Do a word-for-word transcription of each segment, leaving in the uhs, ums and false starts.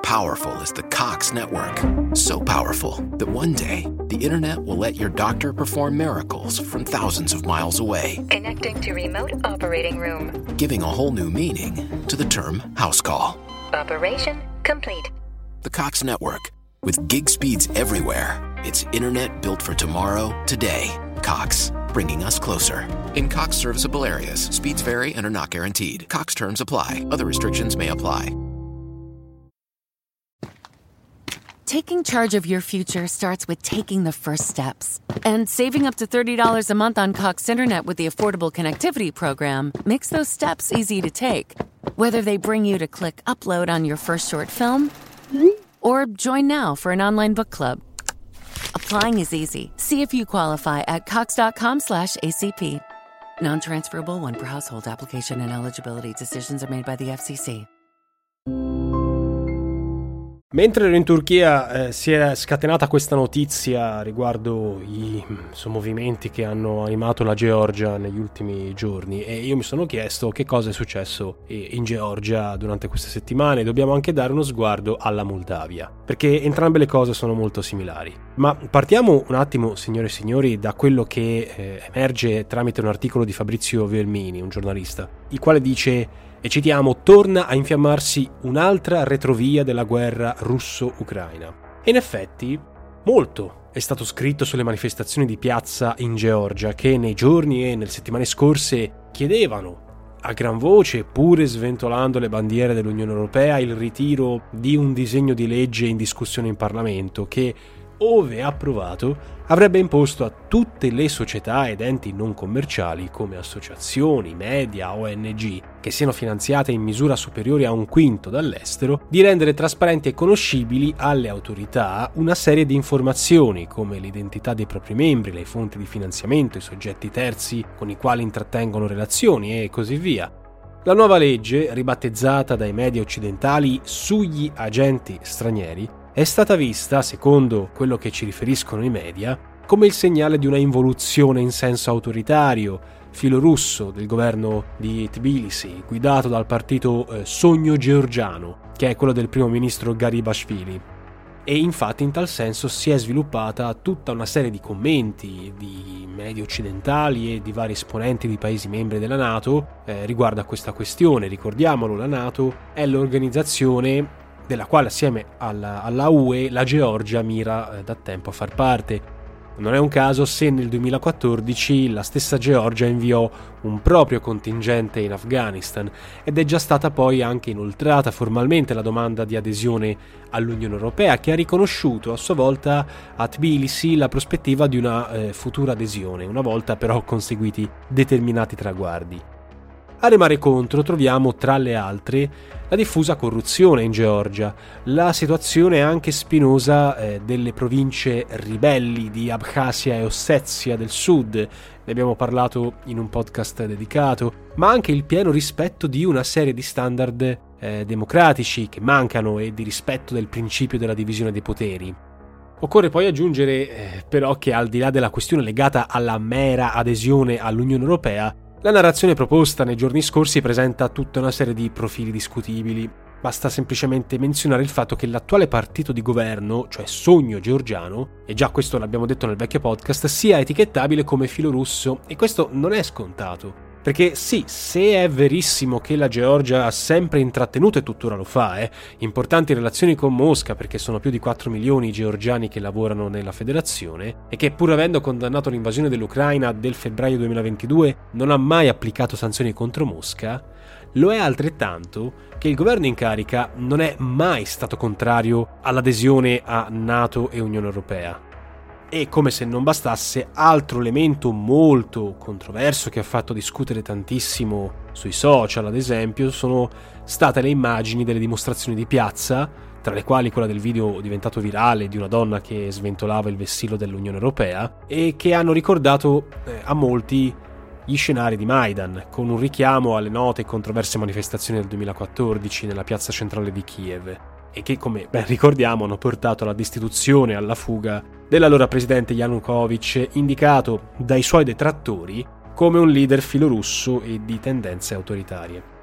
powerful is the Cox Network. So powerful that one day, the internet will let your doctor perform miracles from thousands of miles away. Connecting to remote operating room. Giving a whole new meaning to the term house call. Operation complete. The Cox Network. With gig speeds everywhere. It's internet built for tomorrow, today. Cox, bringing us closer. In Cox serviceable areas, speeds vary and are not guaranteed. Cox terms apply. Other restrictions may apply. Taking charge of your future starts with taking the first steps. And saving up to thirty dollars a month on Cox Internet with the Affordable Connectivity Program makes those steps easy to take. Whether they bring you to click upload on your first short film or join now for an online book club. Applying is easy. See if you qualify at cox.com slash ACP. Non-transferable one per household application and eligibility decisions are made by the F C C. Mentre ero in Turchia eh, si è scatenata questa notizia riguardo i so, movimenti che hanno animato la Georgia negli ultimi giorni e io mi sono chiesto che cosa è successo in Georgia durante queste settimane. Dobbiamo anche dare uno sguardo alla Moldavia, perché entrambe le cose sono molto similari. Ma partiamo un attimo, signore e signori, da quello che eh, emerge tramite un articolo di Fabrizio Vermini, un giornalista, il quale dice, e citiamo, torna a infiammarsi un'altra retrovia della guerra russo-ucraina. E in effetti, molto è stato scritto sulle manifestazioni di piazza in Georgia che nei giorni e nelle settimane scorse chiedevano a gran voce, pure sventolando le bandiere dell'Unione Europea, il ritiro di un disegno di legge in discussione in Parlamento che, ove approvato, avrebbe imposto a tutte le società ed enti non commerciali come associazioni, media, O N G che siano finanziate in misura superiore a un quinto dall'estero di rendere trasparenti e conoscibili alle autorità una serie di informazioni come l'identità dei propri membri, le fonti di finanziamento, i soggetti terzi con i quali intrattengono relazioni e così via. La nuova legge, ribattezzata dai media occidentali sugli agenti stranieri, è stata vista, secondo quello che ci riferiscono i media, come il segnale di una involuzione in senso autoritario, filorusso del governo di Tbilisi, guidato dal partito eh, Sogno Georgiano, che è quello del primo ministro Garibashvili. E infatti in tal senso si è sviluppata tutta una serie di commenti di media occidentali e di vari esponenti di paesi membri della NATO eh, riguardo a questa questione. Ricordiamolo, la NATO è l'organizzazione della quale assieme alla, alla U E la Georgia mira eh, da tempo a far parte. Non è un caso se nel duemilaquattordici la stessa Georgia inviò un proprio contingente in Afghanistan ed è già stata poi anche inoltrata formalmente la domanda di adesione all'Unione Europea, che ha riconosciuto a sua volta a Tbilisi la prospettiva di una eh, futura adesione, una volta però conseguiti determinati traguardi. A remare contro troviamo, tra le altre, la diffusa corruzione in Georgia, la situazione anche spinosa eh, delle province ribelli di Abkhazia e Ossezia del Sud, ne abbiamo parlato in un podcast dedicato, ma anche il pieno rispetto di una serie di standard eh, democratici che mancano e di rispetto del principio della divisione dei poteri. Occorre poi aggiungere eh, però che al di là della questione legata alla mera adesione all'Unione Europea, la narrazione proposta nei giorni scorsi presenta tutta una serie di profili discutibili. Basta semplicemente menzionare il fatto che l'attuale partito di governo, cioè Sogno Georgiano, e già questo l'abbiamo detto nel vecchio podcast, sia etichettabile come filorusso, e questo non è scontato. Perché sì, se è verissimo che la Georgia ha sempre intrattenuto, e tuttora lo fa, eh, importanti relazioni con Mosca, perché sono più di quattro milioni i georgiani che lavorano nella federazione, e che pur avendo condannato l'invasione dell'Ucraina del febbraio duemilaventidue non ha mai applicato sanzioni contro Mosca, lo è altrettanto che il governo in carica non è mai stato contrario all'adesione a NATO e Unione Europea. E come se non bastasse, altro elemento molto controverso che ha fatto discutere tantissimo sui social, ad esempio, sono state le immagini delle dimostrazioni di piazza, tra le quali quella del video diventato virale di una donna che sventolava il vessillo dell'Unione Europea, e che hanno ricordato eh, a molti gli scenari di Maidan, con un richiamo alle note e controverse manifestazioni del duemilaquattordici nella piazza centrale di Kiev, e che, come ben ricordiamo, hanno portato alla destituzione e alla fuga dell'allora presidente Yanukovych, indicato dai suoi detrattori come un leader filorusso e di tendenze autoritarie.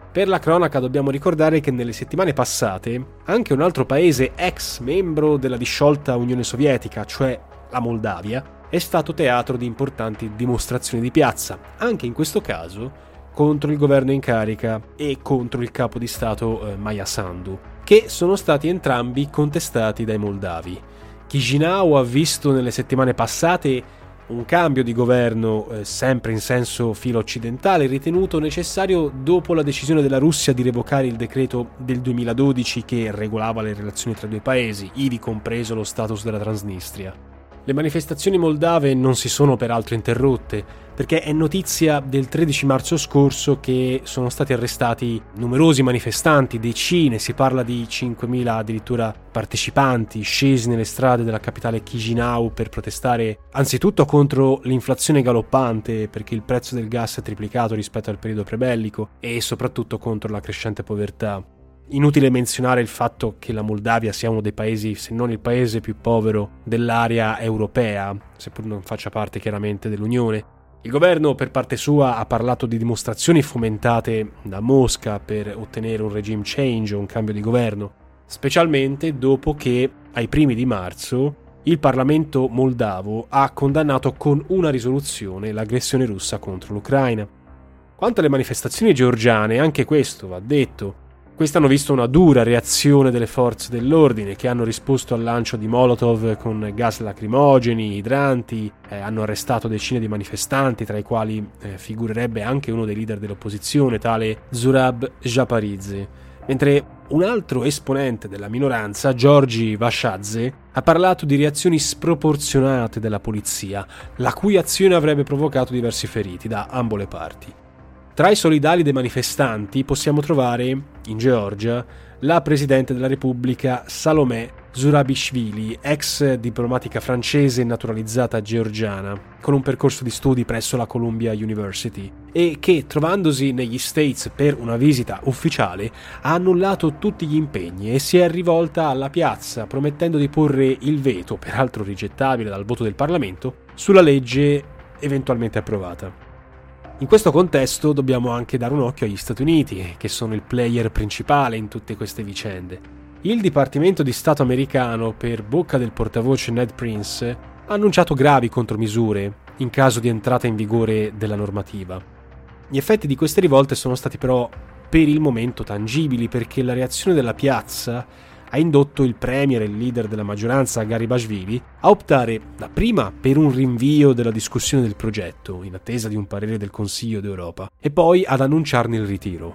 Per la cronaca dobbiamo ricordare che nelle settimane passate anche un altro paese ex membro della disciolta Unione Sovietica, cioè la Moldavia, è stato teatro di importanti dimostrazioni di piazza, anche in questo caso contro il governo in carica e contro il capo di Stato eh, Maia Sandu, che sono stati entrambi contestati dai moldavi. Chisinau ha visto nelle settimane passate un cambio di governo, eh, sempre in senso filo-occidentale, ritenuto necessario dopo la decisione della Russia di revocare il decreto del duemiladodici che regolava le relazioni tra i due paesi, ivi compreso lo status della Transnistria. Le manifestazioni moldave non si sono peraltro interrotte, perché è notizia del tredici marzo scorso che sono stati arrestati numerosi manifestanti, decine, si parla di cinquemila addirittura partecipanti scesi nelle strade della capitale Chisinau per protestare anzitutto contro l'inflazione galoppante, perché il prezzo del gas è triplicato rispetto al periodo prebellico, e soprattutto contro la crescente povertà. Inutile menzionare il fatto che la Moldavia sia uno dei paesi, se non il paese più povero dell'area europea, seppur non faccia parte chiaramente dell'Unione. Il governo, per parte sua, ha parlato di dimostrazioni fomentate da Mosca per ottenere un regime change o un cambio di governo, specialmente dopo che, ai primi di marzo, il Parlamento moldavo ha condannato con una risoluzione l'aggressione russa contro l'Ucraina. Quanto alle manifestazioni georgiane, anche questo va detto. Queste hanno visto una dura reazione delle forze dell'ordine, che hanno risposto al lancio di Molotov con gas lacrimogeni, idranti, eh, hanno arrestato decine di manifestanti, tra i quali eh, figurerebbe anche uno dei leader dell'opposizione, tale Zurab Japaridze. Mentre un altro esponente della minoranza, Giorgi Vashadze, ha parlato di reazioni sproporzionate della polizia, la cui azione avrebbe provocato diversi feriti da ambo le parti. Tra i solidali dei manifestanti possiamo trovare, in Georgia, la presidente della Repubblica Salomé Zurabishvili, ex diplomatica francese naturalizzata georgiana, con un percorso di studi presso la Columbia University, e che, trovandosi negli States per una visita ufficiale, ha annullato tutti gli impegni e si è rivolta alla piazza promettendo di porre il veto, peraltro rigettabile dal voto del Parlamento, sulla legge eventualmente approvata. In questo contesto dobbiamo anche dare un occhio agli Stati Uniti, che sono il player principale in tutte queste vicende. Il Dipartimento di Stato americano, per bocca del portavoce Ned Prince, ha annunciato gravi contromisure in caso di entrata in vigore della normativa. Gli effetti di queste rivolte sono stati però per il momento tangibili, perché la reazione della piazza ha indotto il premier e il leader della maggioranza, Garibashvili, a optare dapprima per un rinvio della discussione del progetto, in attesa di un parere del Consiglio d'Europa, e poi ad annunciarne il ritiro.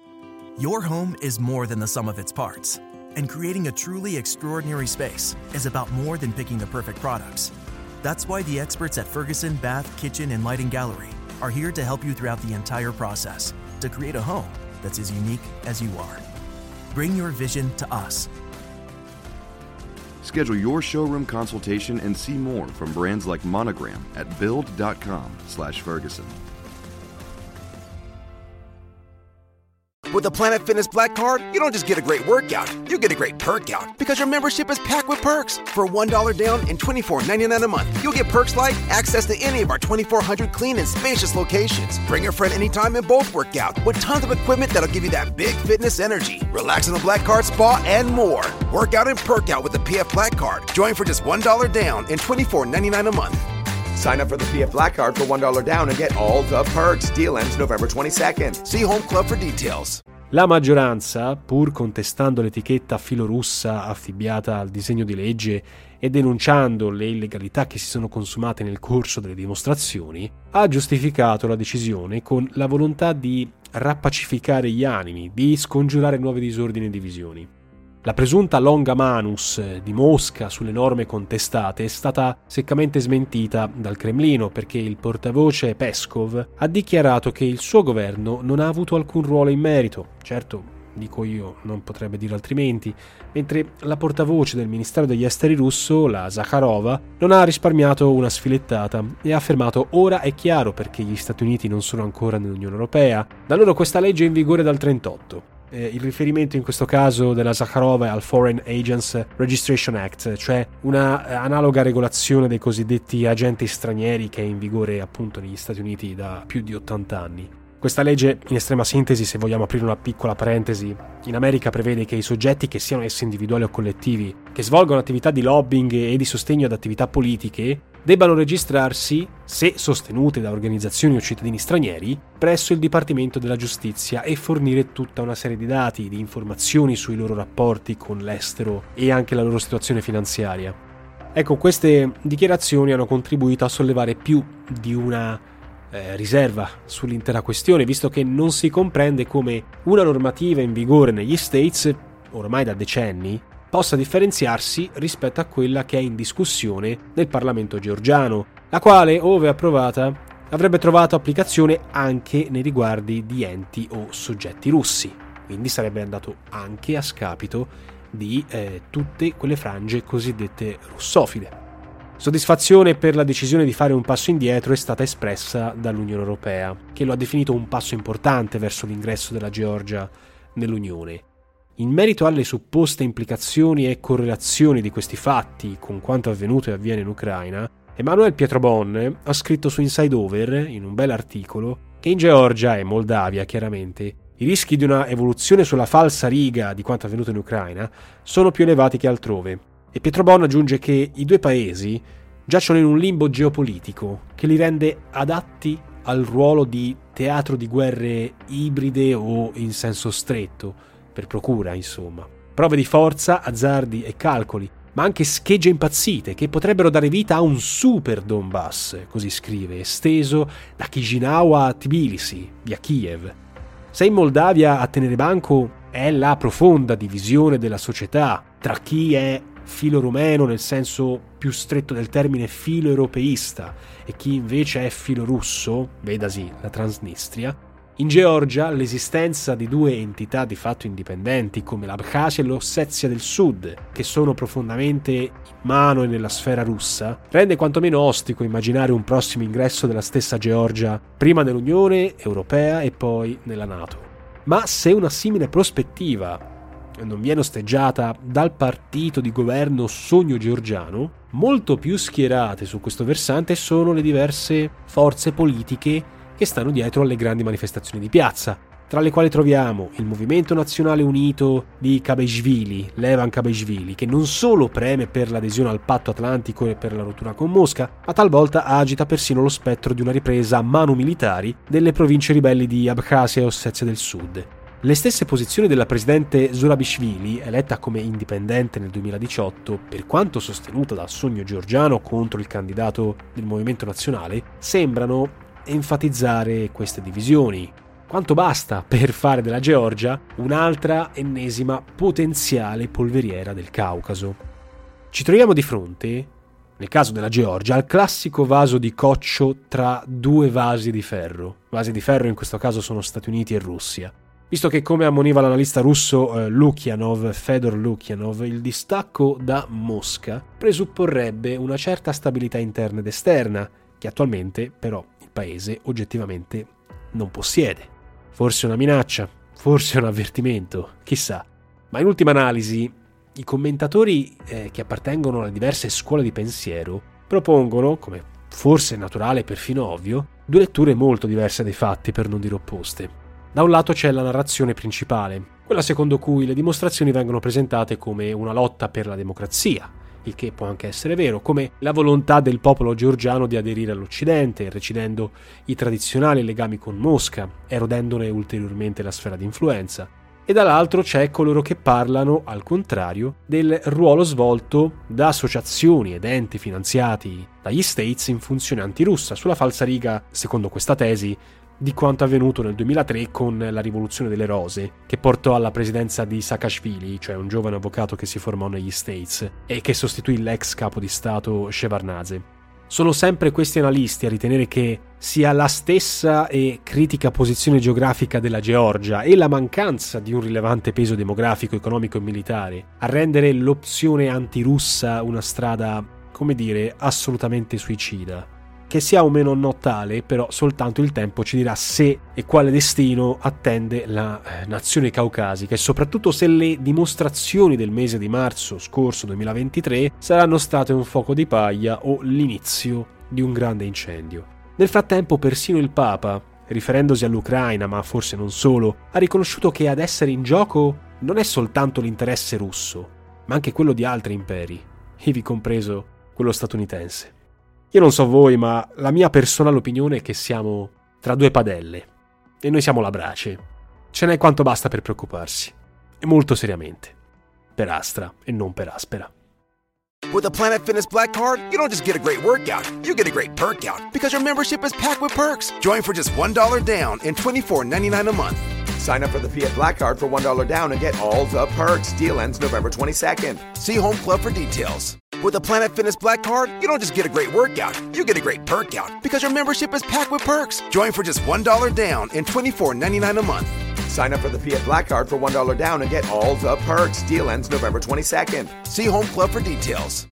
Your home is more than the sum of its parts, and creating a truly extraordinary space is about more than picking the perfect products. That's why the experts at Ferguson Bath, Kitchen, and Lighting Gallery are here to help you throughout the entire process to create a home that's as unique as you are. Bring your vision to us. Schedule your showroom consultation and see more from brands like Monogram at build.com slash Ferguson. With the Planet Fitness Black Card, you don't just get a great workout, you get a great perk out because your membership is packed with perks. For one dollar down and twenty-four ninety-nine a month, you'll get perks like access to any of our twenty-four hundred clean and spacious locations. Bring a friend anytime and both work out with tons of equipment that'll give you that big fitness energy. Relax in the Black Card spa and more. Work out and perk out with the P F Black Card. Join for just one dollar down and twenty-four ninety-nine a month. Sign up for the P F Black Card for one dollar down and get all the perks. Deal ends November twenty-second. See Home Club for details. La maggioranza, pur contestando l'etichetta filorussa affibbiata al disegno di legge e denunciando le illegalità che si sono consumate nel corso delle dimostrazioni, ha giustificato la decisione con la volontà di rappacificare gli animi, di scongiurare nuovi disordini e divisioni. La presunta longa manus di Mosca sulle norme contestate è stata seccamente smentita dal Cremlino, perché il portavoce Peskov ha dichiarato che il suo governo non ha avuto alcun ruolo in merito. Certo, dico io, non potrebbe dire altrimenti, mentre la portavoce del Ministero degli Esteri russo, la Zakharova, non ha risparmiato una sfilettata e ha affermato: ora è chiaro perché gli Stati Uniti non sono ancora nell'Unione Europea, da loro questa legge è in vigore dal trentotto. Eh, il riferimento in questo caso della Zakharova è al Foreign Agents Registration Act, cioè una eh, analoga regolazione dei cosiddetti agenti stranieri che è in vigore appunto negli Stati Uniti da più di ottanta anni. Questa legge, in estrema sintesi, se vogliamo aprire una piccola parentesi, in America prevede che i soggetti, che siano essi individuali o collettivi, che svolgono attività di lobbying e di sostegno ad attività politiche, debbano registrarsi, se sostenute da organizzazioni o cittadini stranieri, presso il Dipartimento della Giustizia e fornire tutta una serie di dati, di informazioni sui loro rapporti con l'estero e anche la loro situazione finanziaria. Ecco, queste dichiarazioni hanno contribuito a sollevare più di una Eh, riserva sull'intera questione, visto che non si comprende come una normativa in vigore negli States, ormai da decenni, possa differenziarsi rispetto a quella che è in discussione nel Parlamento georgiano, la quale, ove approvata, avrebbe trovato applicazione anche nei riguardi di enti o soggetti russi, quindi sarebbe andato anche a scapito di eh, tutte quelle frange cosiddette russofile. Soddisfazione per la decisione di fare un passo indietro è stata espressa dall'Unione Europea, che lo ha definito un passo importante verso l'ingresso della Georgia nell'Unione. In merito alle supposte implicazioni e correlazioni di questi fatti con quanto avvenuto e avviene in Ucraina, Emanuel Pietrobon ha scritto su Inside Over, in un bel articolo, che in Georgia e Moldavia, chiaramente, i rischi di una evoluzione sulla falsa riga di quanto avvenuto in Ucraina sono più elevati che altrove. E Pietrobon aggiunge che i due paesi giacciono in un limbo geopolitico che li rende adatti al ruolo di teatro di guerre ibride o in senso stretto, per procura insomma. Prove di forza, azzardi e calcoli, ma anche schegge impazzite che potrebbero dare vita a un super Donbass, così scrive, esteso da Chisinau a Tbilisi, via Kiev. Se in Moldavia a tenere banco è la profonda divisione della società tra chi è filo rumeno nel senso più stretto del termine filo europeista e chi invece è filo russo, vedasi la Transnistria, in Georgia l'esistenza di due entità di fatto indipendenti come l'Abkhazia e l'Ossetia del Sud, che sono profondamente in mano e nella sfera russa, rende quantomeno ostico immaginare un prossimo ingresso della stessa Georgia prima nell'Unione Europea e poi nella NATO. Ma se una simile prospettiva non viene osteggiata dal partito di governo Sogno Georgiano, molto più schierate su questo versante sono le diverse forze politiche che stanno dietro alle grandi manifestazioni di piazza, tra le quali troviamo il Movimento Nazionale Unito di Kabeshvili, Levan Kabeshvili, che non solo preme per l'adesione al patto atlantico e per la rottura con Mosca, ma talvolta agita persino lo spettro di una ripresa a manu militari delle province ribelli di Abkhazia e Ossetia del Sud. Le stesse posizioni della presidente Zurabishvili, eletta come indipendente nel duemiladiciotto, per quanto sostenuta dal Sogno Georgiano contro il candidato del Movimento Nazionale, sembrano enfatizzare queste divisioni. Quanto basta per fare della Georgia un'altra ennesima potenziale polveriera del Caucaso. Ci troviamo di fronte, nel caso della Georgia, al classico vaso di coccio tra due vasi di ferro. Vasi di ferro in questo caso sono Stati Uniti e Russia. Visto che, come ammoniva l'analista russo eh, Lukyanov, Fedor Lukyanov, il distacco da Mosca presupporrebbe una certa stabilità interna ed esterna, che attualmente però il paese oggettivamente non possiede. Forse una minaccia, forse un avvertimento, chissà. Ma in ultima analisi, i commentatori eh, che appartengono alle diverse scuole di pensiero propongono, come forse è naturale e perfino ovvio, due letture molto diverse dei fatti, per non dire opposte. Da un lato c'è la narrazione principale, quella secondo cui le dimostrazioni vengono presentate come una lotta per la democrazia, il che può anche essere vero, come la volontà del popolo georgiano di aderire all'Occidente, recidendo i tradizionali legami con Mosca, erodendone ulteriormente la sfera di influenza. E dall'altro c'è coloro che parlano, al contrario, del ruolo svolto da associazioni ed enti finanziati dagli States in funzione antirussa, sulla falsariga, secondo questa tesi, di quanto avvenuto nel duemilatré con la rivoluzione delle rose, che portò alla presidenza di Saakashvili, cioè un giovane avvocato che si formò negli States e che sostituì l'ex capo di Stato Shevardnadze. Sono sempre questi analisti a ritenere che sia la stessa e critica posizione geografica della Georgia e la mancanza di un rilevante peso demografico, economico e militare a rendere l'opzione antirussa una strada, come dire, assolutamente suicida. Che sia o meno no tale, però soltanto il tempo ci dirà se e quale destino attende la nazione caucasica e soprattutto se le dimostrazioni del mese di marzo scorso duemilaventitré saranno state un fuoco di paglia o l'inizio di un grande incendio. Nel frattempo persino il Papa, riferendosi all'Ucraina, ma forse non solo, ha riconosciuto che ad essere in gioco non è soltanto l'interesse russo, ma anche quello di altri imperi, ivi compreso quello statunitense. Io non so voi, ma la mia personale opinione è che siamo tra due padelle, e noi siamo la brace. Ce n'è quanto basta per preoccuparsi, e molto seriamente, per Astra e non per Aspera. With a Planet Fitness Black Card, you don't just get a great workout, you get a great perk out because your membership is packed with perks. Join for just one dollar down and twenty-four ninety-nine a month. Sign up for the Fiat Black Card for one dollar down and get all the perks. Deal ends November twenty-second. See Home Club for details. With a Planet Fitness Black Card, you don't just get a great workout, you get a great perk out because your membership is packed with perks. Join for just one dollar down and twenty-four ninety-nine a month. Sign up for the Fiat Black Card for one dollar down and get all the perks. Deal ends November twenty-second. See Home Club for details.